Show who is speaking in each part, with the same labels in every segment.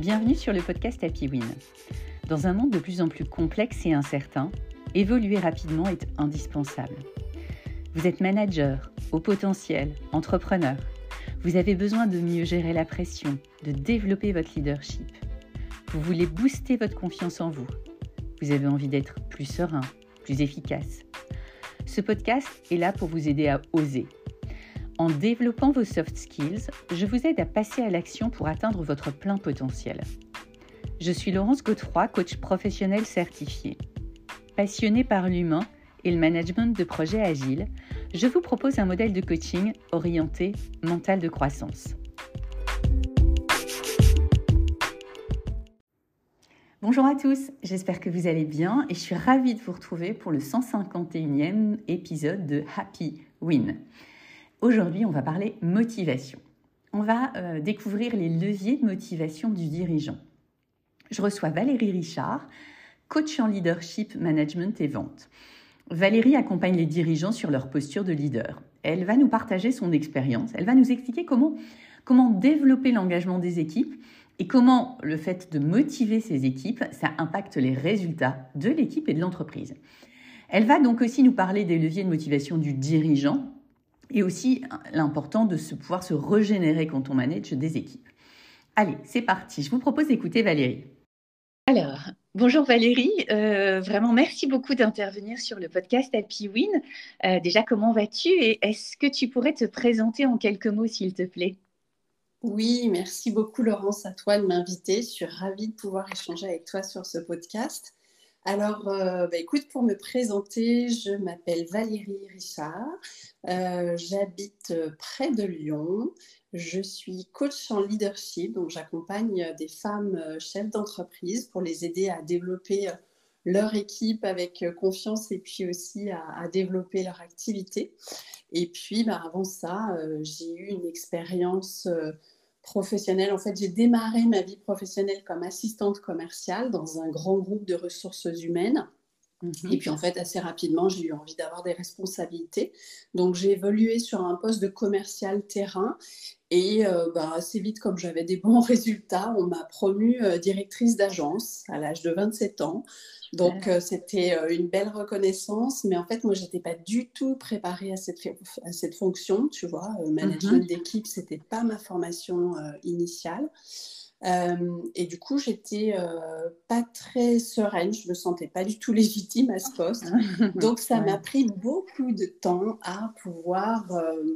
Speaker 1: Bienvenue sur le podcast Happy Win. Dans un monde de plus en plus complexe et incertain, évoluer rapidement est indispensable. Vous êtes manager, haut potentiel, entrepreneur. Vous avez besoin de mieux gérer la pression, de développer votre leadership. Vous voulez booster votre confiance en vous. Vous avez envie d'être plus serein, plus efficace. Ce podcast est là pour vous aider à oser. En développant vos soft skills, je vous aide à passer à l'action pour atteindre votre plein potentiel. Je suis Laurence Godefroy, coach professionnel certifié. Passionnée par l'humain et le management de projets agiles, je vous propose un modèle de coaching orienté mental de croissance. Bonjour à tous, j'espère que vous allez bien et je suis ravie de vous retrouver pour le 151e épisode de Happy Win. Aujourd'hui, on va parler motivation. On va découvrir les leviers de motivation du dirigeant. Je reçois Valérie Richard, coach en leadership, management et vente. Valérie accompagne les dirigeants sur leur posture de leader. Elle va nous partager son expérience. Elle va nous expliquer comment développer l'engagement des équipes et comment le fait de motiver ces équipes, ça impacte les résultats de l'équipe et de l'entreprise. Elle va donc aussi nous parler des leviers de motivation du dirigeant et aussi l'important de pouvoir se régénérer quand on manage des équipes. Allez, c'est parti. Je vous propose d'écouter Valérie. Alors, bonjour Valérie. Vraiment, merci beaucoup d'intervenir sur le podcast Happy Win. Déjà, comment vas-tu et est-ce que tu pourrais te présenter en quelques mots, s'il te plaît ?
Speaker 2: Oui, merci beaucoup Laurence, à toi de m'inviter. Je suis ravie de pouvoir échanger avec toi sur ce podcast. Alors, écoute, pour me présenter, je m'appelle Valérie Richard, j'habite près de Lyon, je suis coach en leadership, donc j'accompagne des femmes chefs d'entreprise pour les aider à développer leur équipe avec confiance et puis aussi à développer leur activité. Et puis, avant ça, j'ai eu une expérience professionnelle. En fait, j'ai démarré ma vie professionnelle comme assistante commerciale dans un grand groupe de ressources humaines. Et puis, en fait, assez rapidement, j'ai eu envie d'avoir des responsabilités. Donc, j'ai évolué sur un poste de commercial terrain. Et assez vite, comme j'avais des bons résultats, on m'a promue directrice d'agence à l'âge de 27 ans. Donc, c'était une belle reconnaissance. Mais en fait, moi, je n'étais pas du tout préparée à cette fonction. Tu vois, management d'équipe, ce n'était pas ma formation initiale. Et du coup, j'étais pas très sereine. Je me sentais pas du tout légitime à ce poste. Donc, ça m'a pris beaucoup de temps à pouvoir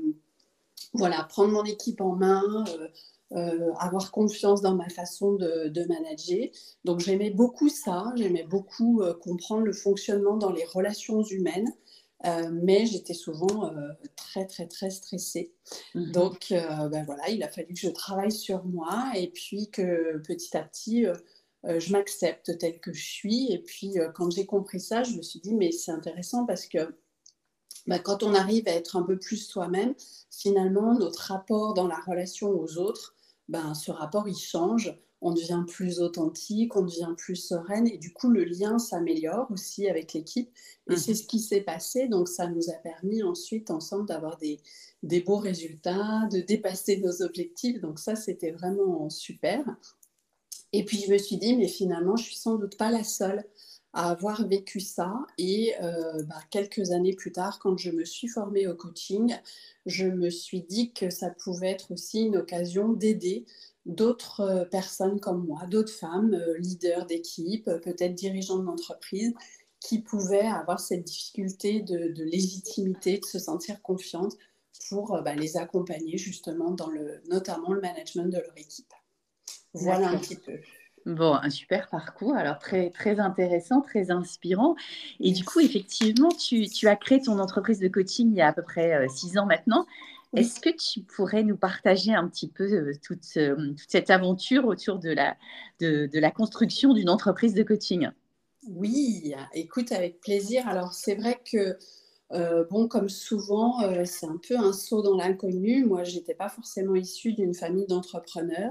Speaker 2: prendre mon équipe en main, avoir confiance dans ma façon de manager. Donc, j'aimais beaucoup ça. J'aimais beaucoup comprendre le fonctionnement dans les relations humaines. Mais j'étais souvent très, très, très stressée. Donc, il a fallu que je travaille sur moi et puis que petit à petit, je m'accepte telle que je suis. Et puis, quand j'ai compris ça, je me suis dit, mais c'est intéressant parce que quand on arrive à être un peu plus soi-même, finalement, notre rapport dans la relation aux autres, ce rapport, il change. On devient plus authentique, on devient plus sereine et du coup, le lien s'améliore aussi avec l'équipe. Et c'est ce qui s'est passé. Donc, ça nous a permis ensuite, ensemble, d'avoir des beaux résultats, de dépasser nos objectifs. Donc, ça, c'était vraiment super. Et puis, je me suis dit, mais finalement, je suis sans doute pas la seule à avoir vécu ça. Et quelques années plus tard, quand je me suis formée au coaching, je me suis dit que ça pouvait être aussi une occasion d'aider d'autres personnes comme moi, d'autres femmes, leaders d'équipe, peut-être dirigeantes d'entreprise, qui pouvaient avoir cette difficulté de légitimité, de se sentir confiante pour les accompagner justement dans notamment le management de leur équipe. Voilà un petit peu.
Speaker 1: Bon, un super parcours, alors très, très intéressant, très inspirant. Et
Speaker 2: Merci.
Speaker 1: Du coup, effectivement, tu as créé ton entreprise de coaching il y a à peu près 6 ans maintenant. Oui. Est-ce que tu pourrais nous partager un petit peu toute cette aventure autour de la construction d'une entreprise de coaching ?
Speaker 2: Oui, écoute, avec plaisir. Alors, c'est vrai que, comme souvent, c'est un peu un saut dans l'inconnu. Moi, je n'étais pas forcément issue d'une famille d'entrepreneurs.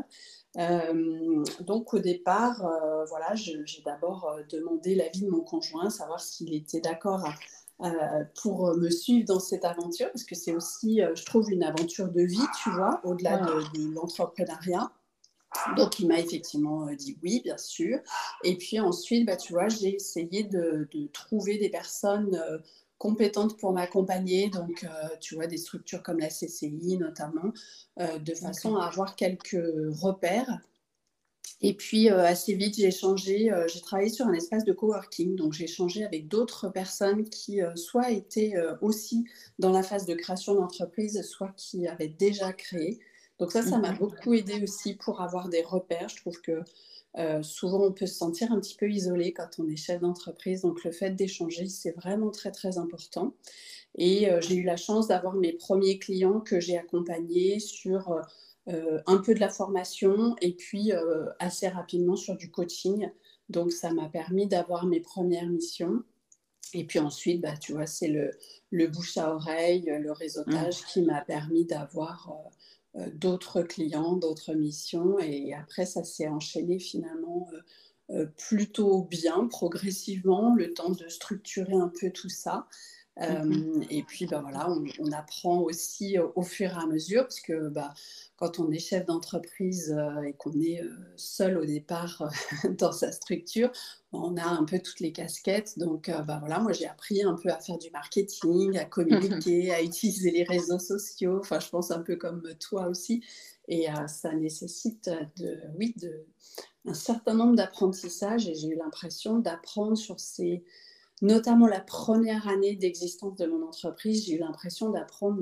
Speaker 2: Donc, au départ, j'ai d'abord demandé l'avis de mon conjoint, savoir s'il était d'accord pour me suivre dans cette aventure, parce que c'est aussi, je trouve, une aventure de vie, tu vois, au-delà de l'entrepreneuriat. Donc, il m'a effectivement dit oui, bien sûr. Et puis ensuite, tu vois, j'ai essayé de trouver des personnes compétentes pour m'accompagner. Donc, tu vois, des structures comme la CCI notamment, de façon
Speaker 1: D'accord.
Speaker 2: à avoir quelques repères. Et puis, assez vite, j'ai travaillé sur un espace de coworking. Donc, j'ai échangé avec d'autres personnes qui, soit étaient aussi dans la phase de création d'entreprise, soit qui avaient déjà créé. Donc ça m'a
Speaker 1: Mhm.
Speaker 2: beaucoup aidé aussi pour avoir des repères. Je trouve que souvent, on peut se sentir un petit peu isolé quand on est chef d'entreprise. Donc, le fait d'échanger, c'est vraiment très, très important. Et j'ai eu la chance d'avoir mes premiers clients que j'ai accompagnés sur un peu de la formation et puis assez rapidement sur du coaching. Donc, ça m'a permis d'avoir mes premières missions. Et puis ensuite, tu vois, c'est le bouche à oreille, le
Speaker 1: Mm.
Speaker 2: réseautage qui m'a permis d'avoir d'autres clients, d'autres missions. Et après, ça s'est enchaîné finalement plutôt bien, progressivement, le temps de structurer un peu tout ça.
Speaker 1: Mhm.
Speaker 2: Et puis, voilà, on apprend aussi au fur et à mesure, parce que quand on est chef d'entreprise et qu'on est seul au départ dans sa structure, on a un peu toutes les casquettes. Donc, voilà, moi, j'ai appris un peu à faire du marketing, à communiquer, à utiliser les réseaux sociaux. Enfin, je pense un peu comme toi aussi. Et ça nécessite oui, un certain nombre d'apprentissages. Et j'ai eu l'impression d'apprendre sur notamment la première année d'existence de mon entreprise, j'ai eu l'impression d'apprendre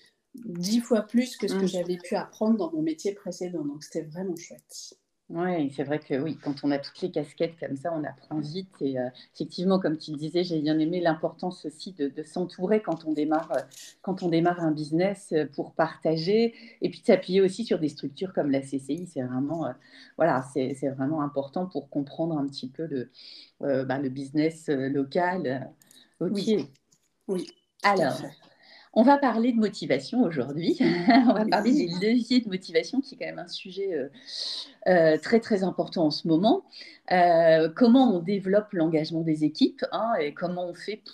Speaker 2: 10 fois plus que ce que
Speaker 1: Mm.
Speaker 2: j'avais pu apprendre dans mon métier précédent. Donc, c'était vraiment chouette.
Speaker 1: Oui, c'est vrai que oui, quand on a toutes les casquettes comme ça, on apprend vite. Et effectivement, comme tu disais, j'ai bien aimé l'importance aussi de s'entourer quand on démarre un business pour partager et puis de s'appuyer aussi sur des structures comme la CCI. C'est vraiment, voilà, c'est vraiment important pour comprendre un petit peu le business local. Ok.
Speaker 2: Oui, oui, tout à
Speaker 1: Alors,
Speaker 2: fait.
Speaker 1: on va parler de motivation aujourd'hui. On va parler des
Speaker 2: Oui.
Speaker 1: leviers de motivation, qui est quand même un sujet très très important en ce moment. Comment on développe l'engagement des équipes, hein, et comment on fait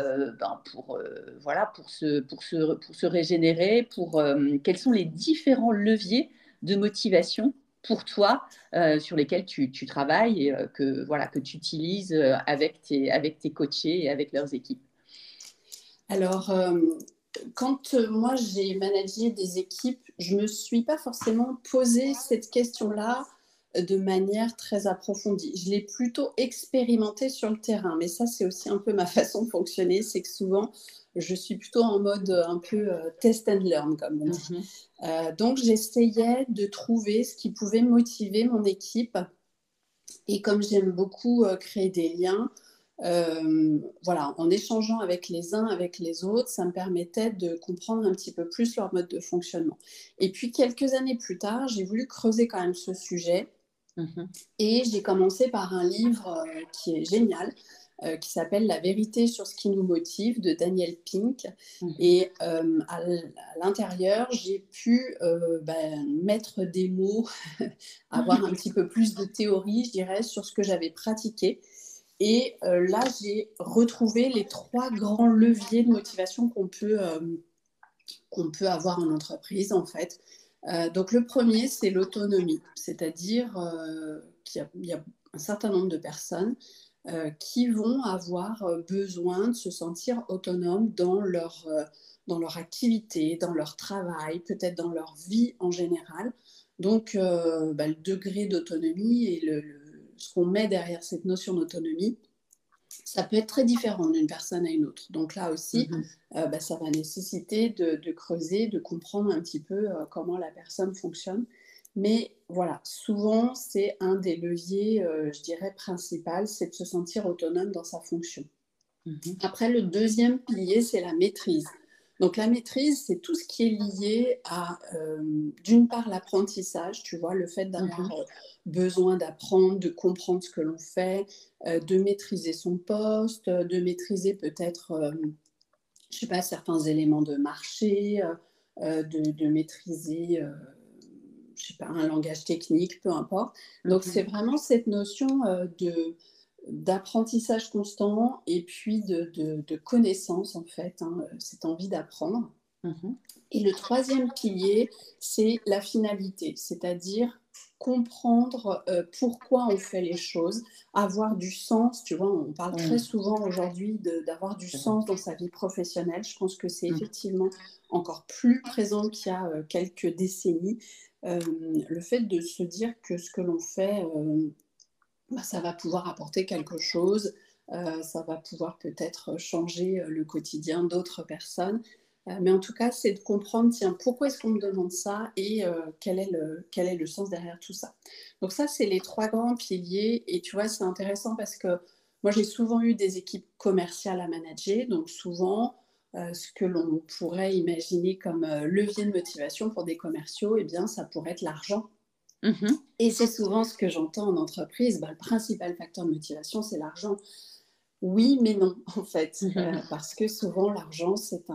Speaker 1: voilà, pour se régénérer, quels sont les différents leviers de motivation pour toi sur lesquels tu travailles et voilà, que tu utilises avec tes coachés et avec leurs équipes.
Speaker 2: Alors, quand moi j'ai managé des équipes, je ne me suis pas forcément posé cette question-là de manière très approfondie. Je l'ai plutôt expérimenté sur le terrain, mais ça c'est aussi un peu ma façon de fonctionner, c'est que souvent je suis plutôt en mode un peu test and learn, comme on dit.
Speaker 1: Mhm.
Speaker 2: Donc j'essayais de trouver ce qui pouvait motiver mon équipe et comme j'aime beaucoup créer des liens, voilà, en échangeant avec les uns, avec les autres, ça me permettait de comprendre un petit peu plus leur mode de fonctionnement. Et puis quelques années plus tard, j'ai voulu creuser quand même ce sujet
Speaker 1: Mhm.
Speaker 2: et j'ai commencé par un livre qui est génial, qui s'appelle La vérité sur ce qui nous motive de Daniel Pink.
Speaker 1: Mhm.
Speaker 2: Et à l'intérieur, j'ai pu mettre des mots, avoir un petit peu plus de théorie, je dirais, sur ce que j'avais pratiqué. Et là, j'ai retrouvé les 3 grands leviers de motivation qu'on peut avoir en entreprise, en fait. Donc le premier, c'est l'autonomie, c'est-à-dire qu'il y a un certain nombre de personnes qui vont avoir besoin de se sentir autonomes dans leur activité, dans leur travail, peut-être dans leur vie en général. Donc le degré d'autonomie et ce qu'on met derrière cette notion d'autonomie, ça peut être très différent d'une personne à une autre. Donc là aussi,
Speaker 1: Mhm.
Speaker 2: ça va nécessiter de creuser, de comprendre un petit peu comment la personne fonctionne. Mais voilà, souvent, c'est un des leviers, je dirais, principal, c'est de se sentir autonome dans sa fonction.
Speaker 1: Mhm.
Speaker 2: Après, le deuxième pilier, c'est la maîtrise. Donc la maîtrise, c'est tout ce qui est lié à, d'une part, l'apprentissage, tu vois, le fait d'avoir
Speaker 1: Mhm.
Speaker 2: besoin d'apprendre, de comprendre ce que l'on fait, de maîtriser son poste, de maîtriser peut-être, je sais pas, certains éléments de marché, de maîtriser, je sais pas, un langage technique, peu importe. Donc c'est
Speaker 1: Mhm.
Speaker 2: vraiment cette notion d'apprentissage constant et puis de connaissance, en fait, hein, cette envie d'apprendre.
Speaker 1: Mhm.
Speaker 2: Et le troisième pilier, c'est la finalité, c'est-à-dire comprendre pourquoi on fait les choses, avoir du sens. Tu vois, on parle très
Speaker 1: Oui,
Speaker 2: souvent aujourd'hui d'avoir du
Speaker 1: c'est vrai.
Speaker 2: sens dans sa vie professionnelle. Je pense que c'est
Speaker 1: Mmh.
Speaker 2: effectivement encore plus présent qu'il y a quelques décennies. Le fait de se dire que ce que l'on fait, bah, ça va pouvoir apporter quelque chose, ça va pouvoir peut-être changer le quotidien d'autres personnes. Mais en tout cas, c'est de comprendre, tiens, pourquoi est-ce qu'on me demande ça et quel est le sens derrière tout ça. Donc ça, c'est les trois grands piliers. Et tu vois, c'est intéressant parce que moi, j'ai souvent eu des équipes commerciales à manager. Donc souvent, ce que l'on pourrait imaginer comme levier de motivation pour des commerciaux, eh bien, ça pourrait être l'argent.
Speaker 1: Mmh.
Speaker 2: Et c'est souvent ce que j'entends en entreprise, bah, le principal facteur de motivation, c'est l'argent. Oui, mais non, en fait, parce que souvent l'argent, c'est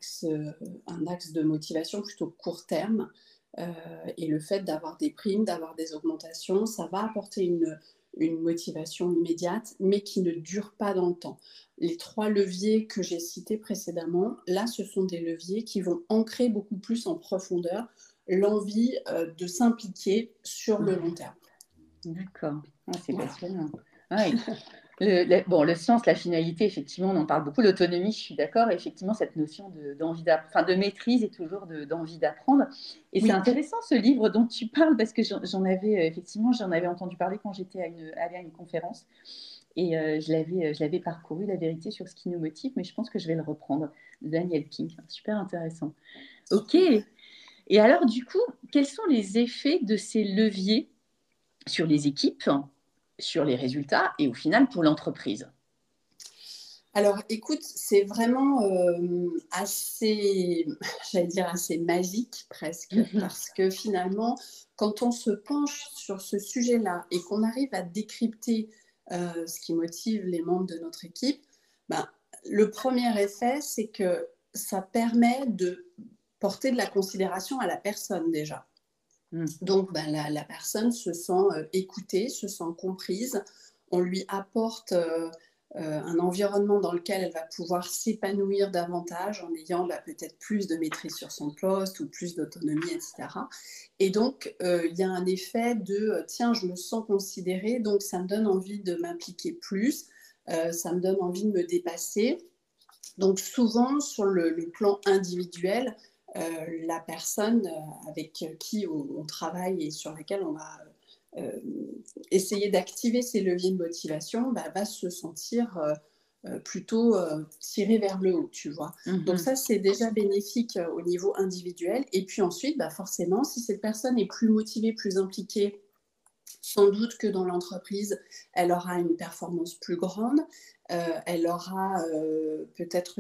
Speaker 2: un axe de motivation plutôt court terme. Euh, et le fait d'avoir des primes, d'avoir des augmentations, ça va apporter une motivation immédiate, mais qui ne dure pas dans le temps. Les trois leviers que j'ai cités précédemment, là, ce sont des leviers qui vont ancrer beaucoup plus en profondeur l'envie de s'impliquer sur le long terme.
Speaker 1: D'accord. Ah, c'est
Speaker 2: Voilà.
Speaker 1: passionnant. Ah oui. Bon, le sens, la finalité, effectivement, on en parle beaucoup. L'autonomie, je suis d'accord. Effectivement, cette notion d'envie enfin, de maîtrise et toujours d'envie d'apprendre. Et c'est
Speaker 2: Oui,
Speaker 1: intéressant ce livre dont tu parles parce que effectivement, j'en avais entendu parler quand j'étais allée à une conférence et je l'avais parcouru, la vérité sur ce qui nous motive, mais je pense que je vais le reprendre. De Daniel Pink, super intéressant. Ok.
Speaker 2: super.
Speaker 1: Et alors, du coup, quels sont les effets de ces leviers sur les équipes, sur les résultats et au final pour l'entreprise?
Speaker 2: Alors, écoute, c'est vraiment assez, j'allais dire assez magique presque,
Speaker 1: Mhm.
Speaker 2: parce que finalement, quand on se penche sur ce sujet-là et qu'on arrive à décrypter ce qui motive les membres de notre équipe, ben, le premier effet, c'est que ça permet de porter de la considération à la personne déjà.
Speaker 1: Mhm.
Speaker 2: Donc, ben, la personne se sent écoutée, se sent comprise. On lui apporte un environnement dans lequel elle va pouvoir s'épanouir davantage en ayant bah, peut-être plus de maîtrise sur son poste ou plus d'autonomie, etc. Et donc, il y a un effet de tiens, je me sens considérée, donc ça me donne envie de m'impliquer plus, ça me donne envie de me dépasser. Donc souvent, sur le plan individuel, la personne avec qui on travaille et sur laquelle on va essayer d'activer ces leviers de motivation, bah, va se sentir plutôt tirée vers le haut, tu vois. Donc
Speaker 1: Mhm.
Speaker 2: ça, c'est déjà bénéfique au niveau individuel. Et puis ensuite, bah, forcément, si cette personne est plus motivée, plus impliquée, sans doute que dans l'entreprise, elle aura une performance plus grande, elle aura peut-être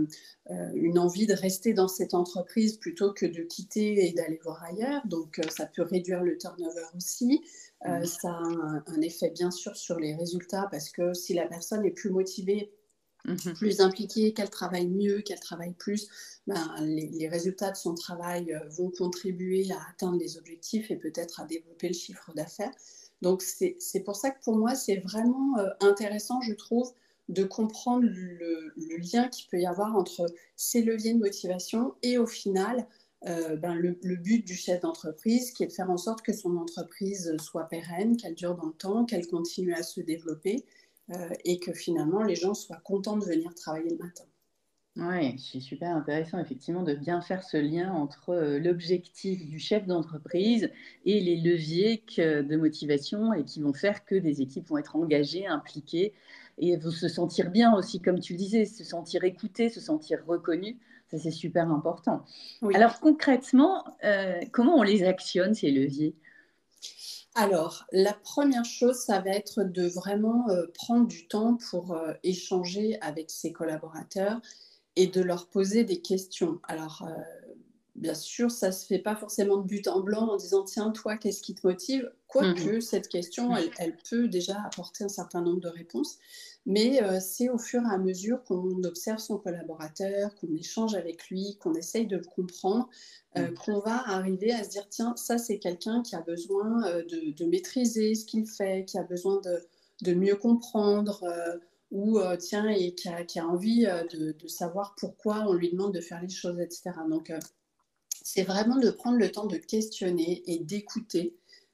Speaker 2: une envie de rester dans cette entreprise plutôt que de quitter et d'aller voir ailleurs. Donc ça peut réduire le turnover aussi.
Speaker 1: Mhm.
Speaker 2: Ça a un effet bien sûr sur les résultats parce que si la personne est plus motivée,
Speaker 1: Mhm.
Speaker 2: plus impliquée, qu'elle travaille mieux, qu'elle travaille plus, ben, les résultats de son travail vont contribuer à atteindre les objectifs et peut-être à développer le chiffre d'affaires. Donc c'est pour ça que pour moi, c'est vraiment intéressant, je trouve, de comprendre le lien qu'il peut y avoir entre ces leviers de motivation et au final, ben, le but du chef d'entreprise, qui est de faire en sorte que son entreprise soit pérenne, qu'elle dure dans le temps, qu'elle continue à se développer et que finalement les gens soient contents de venir travailler le matin.
Speaker 1: Ouais, c'est super intéressant effectivement de bien faire ce lien entre l'objectif du chef d'entreprise et les leviers de motivation et qui vont faire que des équipes vont être engagées, impliquées et vont se sentir bien aussi, comme tu le disais, se sentir écoutées, se sentir reconnues. Ça, c'est super important.
Speaker 2: Oui.
Speaker 1: Alors concrètement, comment on les actionne, ces leviers?
Speaker 2: Alors, la première chose, ça va être de vraiment prendre du temps pour échanger avec ses collaborateurs et de leur poser des questions. Alors, bien sûr, ça ne se fait pas forcément de but en blanc en disant tiens, toi, qu'est-ce qui te motive?
Speaker 1: Mhm.
Speaker 2: Quoique cette question, elle peut déjà apporter un certain nombre de réponses, mais c'est au fur et à mesure qu'on observe son collaborateur, qu'on échange avec lui, qu'on essaye de le comprendre, qu'on va arriver à se dire tiens, ça, c'est quelqu'un qui a besoin de maîtriser ce qu'il fait, qui a besoin de mieux comprendre. Ou tiens, et qui a envie de savoir pourquoi on lui demande de faire les choses, etc. Donc, c'est vraiment de prendre le temps de questionner et d'écouter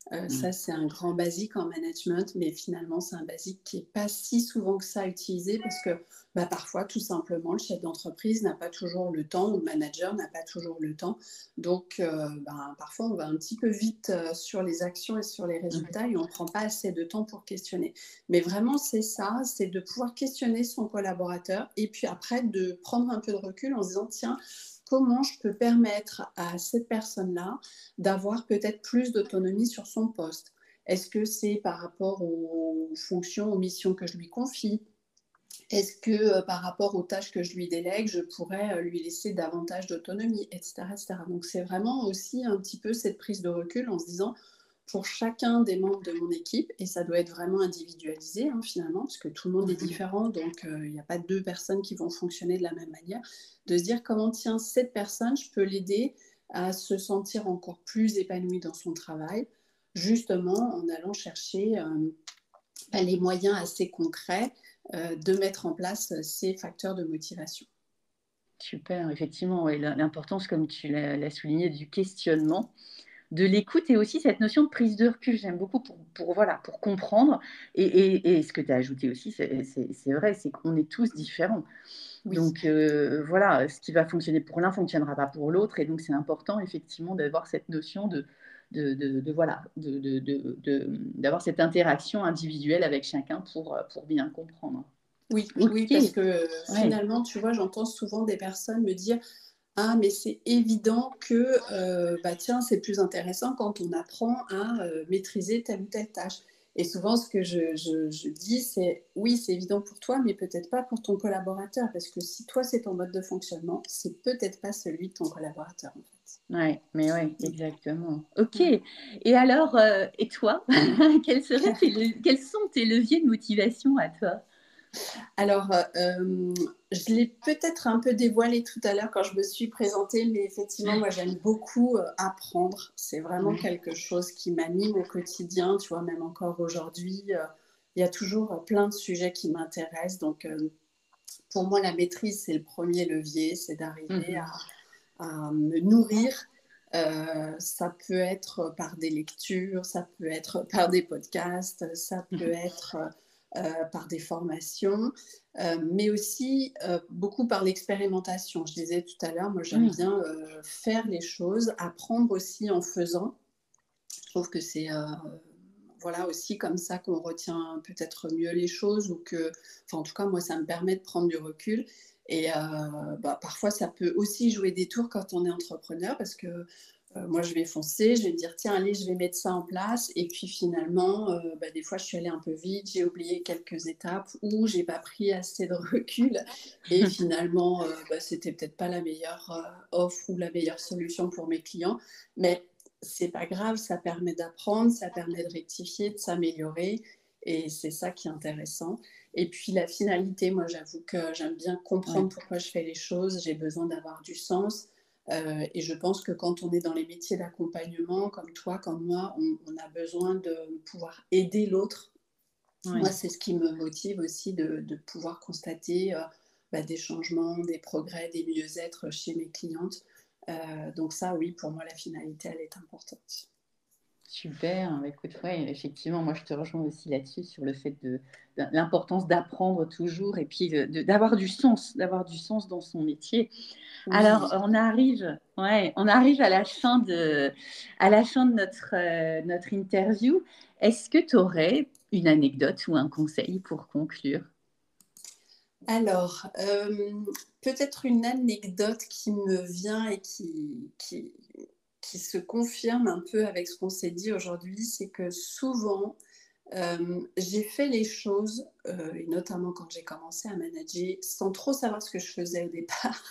Speaker 2: Ça, c'est un grand basique en management, mais finalement, c'est un basique qui n'est pas si souvent que ça utilisé parce que parfois, tout simplement, le chef d'entreprise n'a pas toujours le temps ou le manager n'a pas toujours le temps. Donc, parfois, on va un petit peu vite sur les actions et sur les résultats et on ne prend pas assez de temps pour questionner. Mais vraiment, c'est ça, c'est de pouvoir questionner son collaborateur et puis après, de prendre un peu de recul en se disant, tiens, comment je peux permettre à cette personne-là d'avoir peut-être plus d'autonomie sur son poste. Est-ce que c'est par rapport aux fonctions, aux missions que je lui confie? Est-ce que par rapport aux tâches que je lui délègue, je pourrais lui laisser davantage d'autonomie, etc., etc. Donc c'est vraiment aussi un petit peu cette prise de recul en se disant, pour chacun des membres de mon équipe, et ça doit être vraiment individualisé finalement, parce que tout le monde est différent, donc il n'y a pas deux personnes qui vont fonctionner de la même manière, de se dire comment, tiens, cette personne, je peux l'aider à se sentir encore plus épanouie dans son travail, justement en allant chercher les moyens assez concrets de mettre en place ces facteurs de motivation.
Speaker 1: Super, effectivement, ouais, l'importance, comme tu l'as souligné, du questionnement, de l'écoute et aussi cette notion de prise de recul. J'aime beaucoup pour comprendre. Et ce que tu as ajouté aussi, c'est vrai, c'est qu'on est tous différents.
Speaker 2: Oui.
Speaker 1: Donc voilà, ce qui va fonctionner pour l'un ne fonctionnera pas pour l'autre. Et donc c'est important effectivement d'avoir cette notion d'avoir cette interaction individuelle avec chacun pour bien comprendre.
Speaker 2: Oui, oui, parce
Speaker 1: Ok,
Speaker 2: que
Speaker 1: ouais.
Speaker 2: finalement, tu vois, j'entends souvent des personnes me dire: «Ah, mais c'est évident que, tiens, c'est plus intéressant quand on apprend à, maîtriser telle ou telle tâche» et souvent ce que je dis, c'est: «Oui, c'est évident pour toi, mais peut-être pas pour ton collaborateur, parce que si toi, c'est ton mode de fonctionnement, c'est peut-être pas celui de ton collaborateur, en fait».
Speaker 1: Ouais, mais ouais,
Speaker 2: Mmh.
Speaker 1: exactement. Ok.
Speaker 2: Ouais.
Speaker 1: Et alors, et toi, quels sont tes leviers de motivation à toi?
Speaker 2: Alors, je l'ai peut-être un peu dévoilé tout à l'heure quand je me suis présentée, mais effectivement, moi, j'aime beaucoup, apprendre. C'est vraiment
Speaker 1: Ouais.
Speaker 2: quelque chose qui m'anime au quotidien, tu vois? Même encore aujourd'hui, il y a toujours, plein de sujets qui m'intéressent. Donc, pour moi, la maîtrise, c'est le premier levier, c'est d'arriver
Speaker 1: Mhm.
Speaker 2: à me nourrir. Ça peut être par des lectures, ça peut être par des podcasts, ça peut être par des formations, mais aussi beaucoup par l'expérimentation. Je disais tout à l'heure, moi j'aime
Speaker 1: Oui.
Speaker 2: bien faire les choses, apprendre aussi en faisant. Je trouve que c'est voilà aussi comme ça qu'on retient peut-être mieux les choses ou que, enfin en tout cas moi ça me permet de prendre du recul et parfois ça peut aussi jouer des tours quand on est entrepreneur parce que moi je vais foncer, je vais me dire tiens allez je vais mettre ça en place et puis finalement des fois je suis allée un peu vite, j'ai oublié quelques étapes ou j'ai pas pris assez de recul et finalement c'était peut-être pas la meilleure offre ou la meilleure solution pour mes clients mais c'est pas grave, ça permet d'apprendre, ça permet de rectifier, de s'améliorer et c'est ça qui est intéressant. Et puis la finalité, moi j'avoue que j'aime bien
Speaker 1: Ouais.
Speaker 2: comprendre pourquoi je fais les choses, j'ai besoin d'avoir du sens. Et je pense que quand on est dans les métiers d'accompagnement, comme toi, comme moi, on a besoin de pouvoir aider l'autre. Moi,
Speaker 1: Ouais.
Speaker 2: c'est ce qui me motive aussi de pouvoir constater des changements, des progrès, des mieux-être chez mes clientes. Donc ça, oui, pour moi, la finalité, elle est importante.
Speaker 1: Super. Bah, écoute, ouais, effectivement, moi je te rejoins aussi là-dessus sur le fait de l'importance d'apprendre toujours et puis d'avoir du sens dans son métier. Alors,
Speaker 2: Oui.
Speaker 1: on arrive à la fin de notre interview. Est-ce que tu aurais une anecdote ou un conseil pour conclure?
Speaker 2: Alors, peut-être une anecdote qui me vient et qui se confirme un peu avec ce qu'on s'est dit aujourd'hui, c'est que souvent, j'ai fait les choses, et notamment quand j'ai commencé à manager, sans trop savoir ce que je faisais au départ.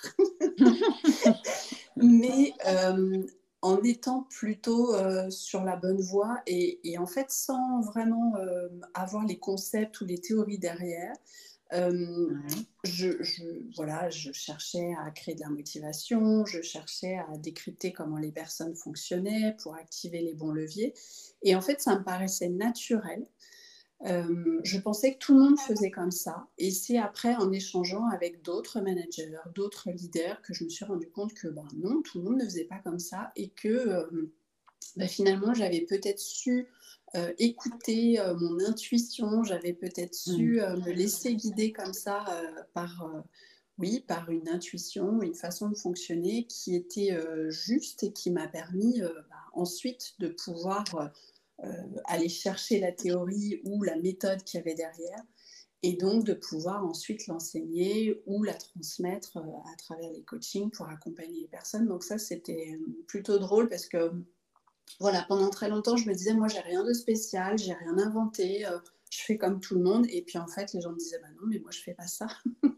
Speaker 2: Mais en étant plutôt sur la bonne voie et en fait sans vraiment avoir les concepts ou les théories derrière. Euh,
Speaker 1: Ouais.
Speaker 2: voilà, je cherchais à créer de la motivation, je cherchais à décrypter comment les personnes fonctionnaient pour activer les bons leviers. Et en fait, ça me paraissait naturel. Je pensais que tout le monde faisait comme ça et c'est après en échangeant avec d'autres managers, d'autres leaders que je me suis rendu compte que, non, tout le monde ne faisait pas comme ça et que, finalement, j'avais peut-être su écouter mon intuition, j'avais peut-être su me laisser guider comme ça par une intuition, une façon de fonctionner qui était juste et qui m'a permis ensuite de pouvoir aller chercher la théorie ou la méthode qu'il y avait derrière et donc de pouvoir ensuite l'enseigner ou la transmettre à travers les coachings pour accompagner les personnes. Donc ça, c'était plutôt drôle parce que voilà, pendant très longtemps, je me disais, moi, j'ai rien de spécial, j'ai rien inventé, je fais comme tout le monde. Et puis en fait, les gens me disaient, bah non, mais moi, je fais pas ça.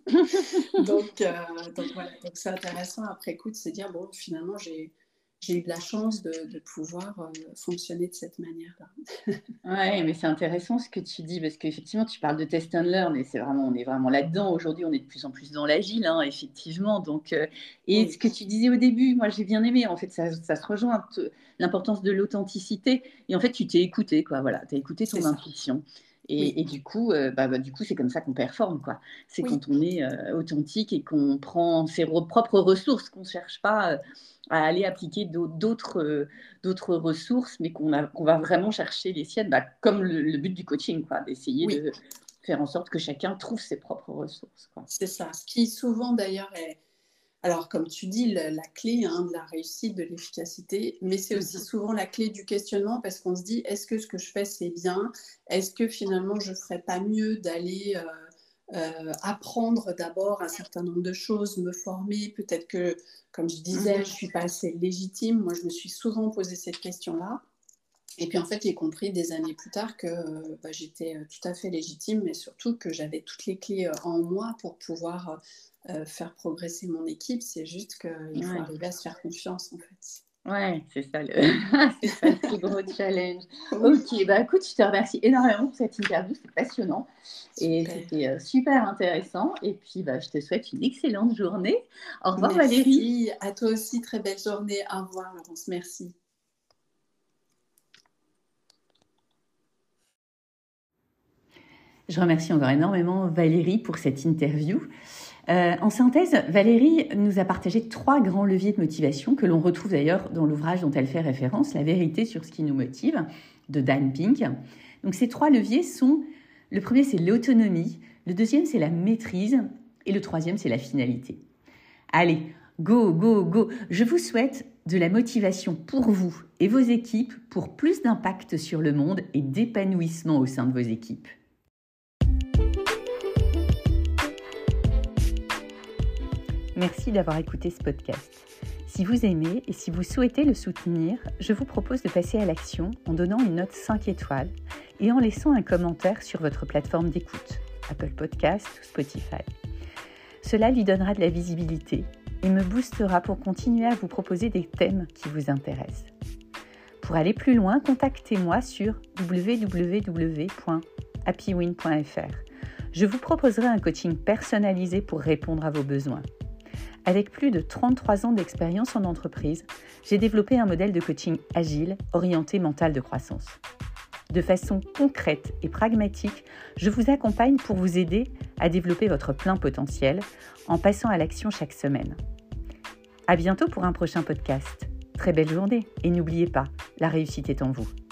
Speaker 2: donc voilà, donc c'est intéressant après coup de se dire, bon, finalement, j'ai eu de la chance de pouvoir fonctionner de cette manière-là.
Speaker 1: Ouais, mais c'est intéressant ce que tu dis parce qu'effectivement, tu parles de test and learn et on est vraiment là-dedans. Aujourd'hui, on est de plus en plus dans l'agile, hein, effectivement. Donc, et ce
Speaker 2: Oui,
Speaker 1: que tu disais au début, moi, j'ai bien aimé. En fait, ça se rejoint l'importance de l'authenticité. Et en fait, tu t'es écouté, quoi. Voilà, tu as écouté
Speaker 2: c'est
Speaker 1: ton
Speaker 2: ça.
Speaker 1: intuition.
Speaker 2: Oui,
Speaker 1: Et du coup, du coup, c'est comme ça qu'on performe, quoi. C'est
Speaker 2: oui,
Speaker 1: quand on est authentique et qu'on prend ses propres ressources, qu'on ne cherche pas à aller appliquer d'autres ressources, mais qu'on va vraiment chercher les siennes, comme le but du coaching, quoi, d'essayer
Speaker 2: oui,
Speaker 1: de faire en sorte que chacun trouve ses propres ressources, quoi.
Speaker 2: c'est ça. Ce qui souvent d'ailleurs est, alors comme tu dis, la clé de la réussite, de l'efficacité, mais c'est aussi souvent la clé du questionnement parce qu'on se dit, est-ce que ce que je fais, c'est bien? Est-ce que finalement, je ne ferais pas mieux d'aller apprendre d'abord un certain nombre de choses, me former? Peut-être que, comme je disais, je ne suis pas assez légitime. Moi, je me suis souvent posé cette question-là. Et puis en fait, j'ai compris des années plus tard que j'étais tout à fait légitime, mais surtout que j'avais toutes les clés en moi pour pouvoir faire progresser mon équipe. C'est juste qu'il faut
Speaker 1: Ouais.
Speaker 2: arriver à se faire confiance en fait.
Speaker 1: Ouais, c'est ça c'est ça le plus gros challenge.
Speaker 2: Oui,
Speaker 1: Ok, bah écoute, je te remercie énormément pour cette interview, c'est passionnant et
Speaker 2: super.
Speaker 1: c'était super intéressant. Et puis, je te souhaite une excellente journée. Au revoir Valérie.
Speaker 2: Merci. À toi aussi, très belle journée. Au revoir, Laurence. Merci.
Speaker 1: Je remercie encore énormément Valérie pour cette interview. En synthèse, Valérie nous a partagé 3 grands leviers de motivation que l'on retrouve d'ailleurs dans l'ouvrage dont elle fait référence, La vérité sur ce qui nous motive, de Dan Pink. Donc ces 3 leviers sont, le premier c'est l'autonomie, le deuxième c'est la maîtrise et le troisième c'est la finalité. Allez, go, go, go. Je vous souhaite de la motivation pour vous et vos équipes pour plus d'impact sur le monde et d'épanouissement au sein de vos équipes. Merci d'avoir écouté ce podcast. Si vous aimez et si vous souhaitez le soutenir, je vous propose de passer à l'action en donnant une note 5 étoiles et en laissant un commentaire sur votre plateforme d'écoute, Apple Podcasts ou Spotify. Cela lui donnera de la visibilité et me boostera pour continuer à vous proposer des thèmes qui vous intéressent. Pour aller plus loin, contactez-moi sur www.happywin.fr. Je vous proposerai un coaching personnalisé pour répondre à vos besoins. Avec plus de 33 ans d'expérience en entreprise, j'ai développé un modèle de coaching agile orienté mental de croissance. De façon concrète et pragmatique, je vous accompagne pour vous aider à développer votre plein potentiel en passant à l'action chaque semaine. À bientôt pour un prochain podcast. Très belle journée et n'oubliez pas, la réussite est en vous.